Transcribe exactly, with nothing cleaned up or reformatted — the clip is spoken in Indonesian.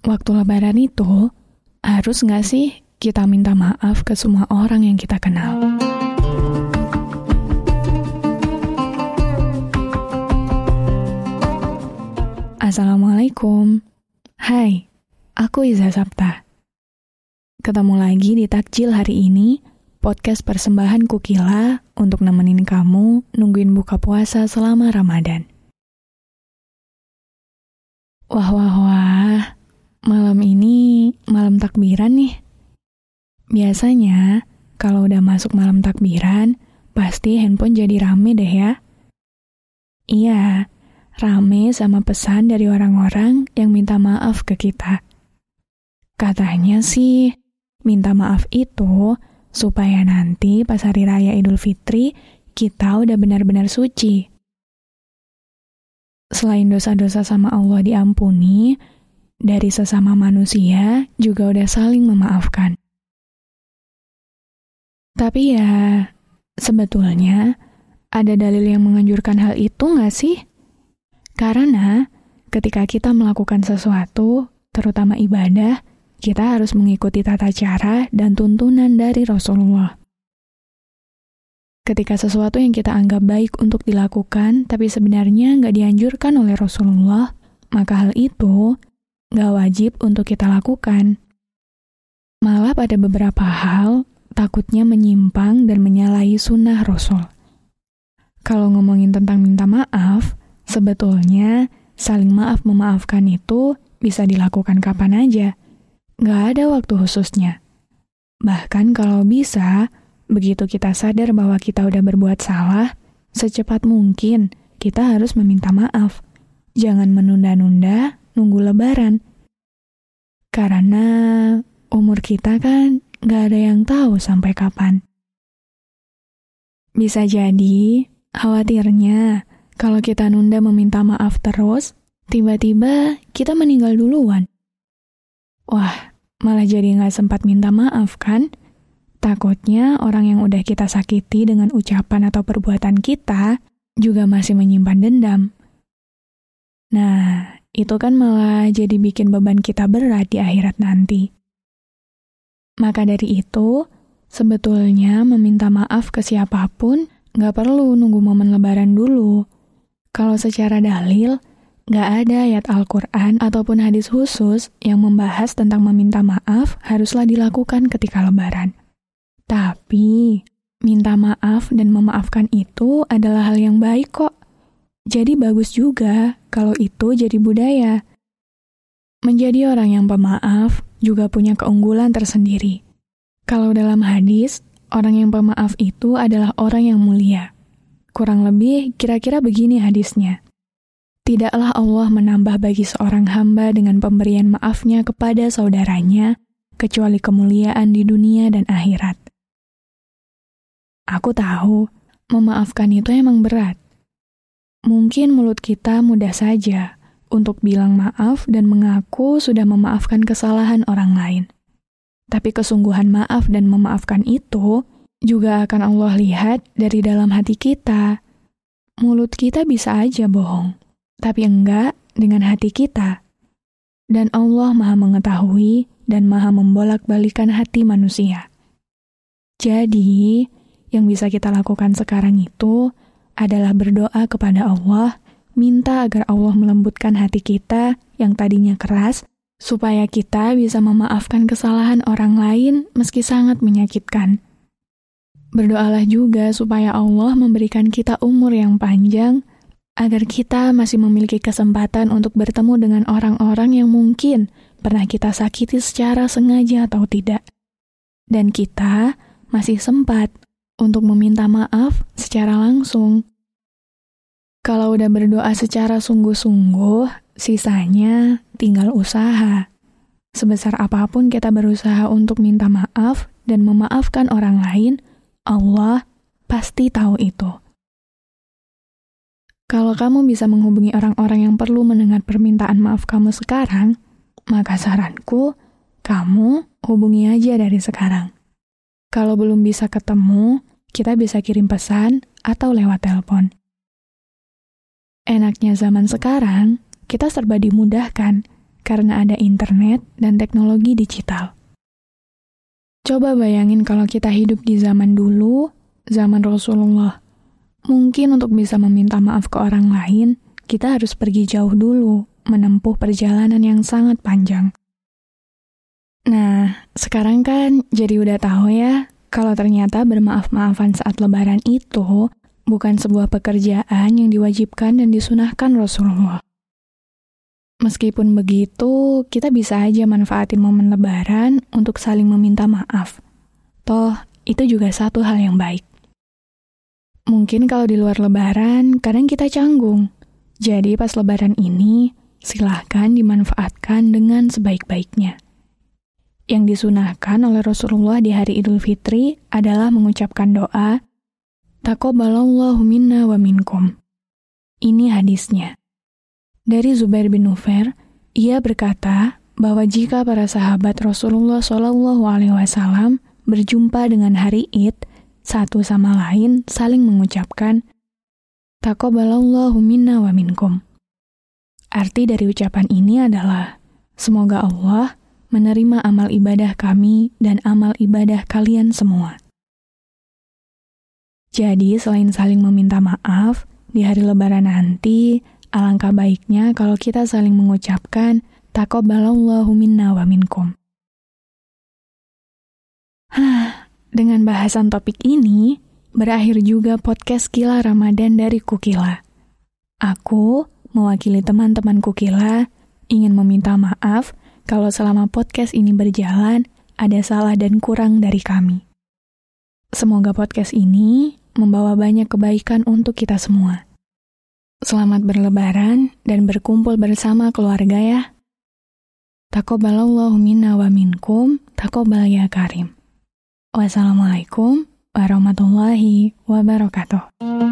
waktu lebaran itu, harus nggak sih kita minta maaf ke semua orang yang kita kenal? Assalamualaikum. Hai, aku Iza Sapta. Ketemu lagi di Takjil hari ini, podcast persembahan Kukila untuk nemenin kamu nungguin buka puasa selama Ramadan. Wah, wah, wah. Malam ini malam takbiran nih. Biasanya, kalau udah masuk malam takbiran, pasti handphone jadi rame deh ya. Iya, rame sama pesan dari orang-orang yang minta maaf ke kita. Katanya sih, minta maaf itu supaya nanti pas hari raya Idul Fitri, kita udah benar-benar suci. Selain dosa-dosa sama Allah diampuni, dari sesama manusia juga udah saling memaafkan. Tapi ya, sebetulnya ada dalil yang menganjurkan hal itu nggak sih? Karena ketika kita melakukan sesuatu, terutama ibadah, kita harus mengikuti tata cara dan tuntunan dari Rasulullah. Ketika sesuatu yang kita anggap baik untuk dilakukan, tapi sebenarnya nggak dianjurkan oleh Rasulullah, maka hal itu nggak wajib untuk kita lakukan. Malah pada beberapa hal, takutnya menyimpang dan menyalahi sunnah Rasul. Kalau ngomongin tentang minta maaf, sebetulnya saling maaf-memaafkan itu bisa dilakukan kapan aja. Nggak ada waktu khususnya. Bahkan kalau bisa, begitu kita sadar bahwa kita udah berbuat salah, secepat mungkin kita harus meminta maaf. Jangan menunda-nunda nunggu lebaran. Karena umur kita kan nggak ada yang tahu sampai kapan. Bisa jadi, khawatirnya kalau kita nunda meminta maaf terus, tiba-tiba kita meninggal duluan. Wah, malah jadi nggak sempat minta maaf kan? Takutnya orang yang udah kita sakiti dengan ucapan atau perbuatan kita juga masih menyimpan dendam. Nah, itu kan malah jadi bikin beban kita berat di akhirat nanti. Maka dari itu, sebetulnya meminta maaf ke siapapun nggak perlu nunggu momen lebaran dulu. Kalau secara dalil, nggak ada ayat Al-Quran ataupun hadis khusus yang membahas tentang meminta maaf haruslah dilakukan ketika lebaran. Tapi, minta maaf dan memaafkan itu adalah hal yang baik kok. Jadi bagus juga kalau itu jadi budaya. Menjadi orang yang pemaaf juga punya keunggulan tersendiri. Kalau dalam hadis, orang yang pemaaf itu adalah orang yang mulia. Kurang lebih kira-kira begini hadisnya. Tidaklah Allah menambah bagi seorang hamba dengan pemberian maafnya kepada saudaranya, kecuali kemuliaan di dunia dan akhirat. Aku tahu, memaafkan itu emang berat. Mungkin mulut kita mudah saja untuk bilang maaf dan mengaku sudah memaafkan kesalahan orang lain. Tapi kesungguhan maaf dan memaafkan itu juga akan Allah lihat dari dalam hati kita. Mulut kita bisa aja bohong, tapi enggak dengan hati kita. Dan Allah Maha mengetahui dan Maha membolak-balikan hati manusia. Jadi, yang bisa kita lakukan sekarang itu adalah berdoa kepada Allah, minta agar Allah melembutkan hati kita yang tadinya keras, supaya kita bisa memaafkan kesalahan orang lain meski sangat menyakitkan. Berdoalah juga supaya Allah memberikan kita umur yang panjang, agar kita masih memiliki kesempatan untuk bertemu dengan orang-orang yang mungkin pernah kita sakiti secara sengaja atau tidak. Dan kita masih sempat untuk meminta maaf secara langsung. Kalau udah berdoa secara sungguh-sungguh, sisanya tinggal usaha. Sebesar apapun kita berusaha untuk minta maaf dan memaafkan orang lain, Allah pasti tahu itu. Kalau kamu bisa menghubungi orang-orang yang perlu mendengar permintaan maaf kamu sekarang, maka saranku, kamu hubungi aja dari sekarang. Kalau belum bisa ketemu, kita bisa kirim pesan atau lewat telepon. Enaknya zaman sekarang, kita serba dimudahkan, karena ada internet dan teknologi digital. Coba bayangin kalau kita hidup di zaman dulu, zaman Rasulullah. Mungkin untuk bisa meminta maaf ke orang lain, kita harus pergi jauh dulu, menempuh perjalanan yang sangat panjang. Nah, sekarang kan jadi udah tahu ya, kalau ternyata bermaaf-maafan saat lebaran itu bukan sebuah pekerjaan yang diwajibkan dan disunahkan Rasulullah. Meskipun begitu, kita bisa aja manfaatin momen lebaran untuk saling meminta maaf. Toh, itu juga satu hal yang baik. Mungkin kalau di luar lebaran, kadang kita canggung. Jadi pas lebaran ini, silahkan dimanfaatkan dengan sebaik-baiknya. Yang disunahkan oleh Rasulullah di hari Idul Fitri adalah mengucapkan doa, Taqabbalallahu minna wa minkum. Ini hadisnya. Dari Zubair bin Nufair, ia berkata bahwa jika para sahabat Rasulullah shallallahu alaihi wasallam berjumpa dengan hari Id, satu sama lain saling mengucapkan, Taqabbalallahu minna wa minkum. Arti dari ucapan ini adalah, semoga Allah menerima amal ibadah kami dan amal ibadah kalian semua. Jadi, selain saling meminta maaf, di hari lebaran nanti, alangkah baiknya kalau kita saling mengucapkan Taqabbalallahu minna wa minkum. Hah, dengan bahasan topik ini, berakhir juga podcast Kila Ramadan dari Kukila. Aku, mewakili teman-teman Kukila, ingin meminta maaf kalau selama podcast ini berjalan, ada salah dan kurang dari kami. Semoga podcast ini membawa banyak kebaikan untuk kita semua. Selamat berlebaran dan berkumpul bersama keluarga ya. Taqabbalallahu minna wa minkum, taqabbal ya karim. Wassalamualaikum warahmatullahi wabarakatuh.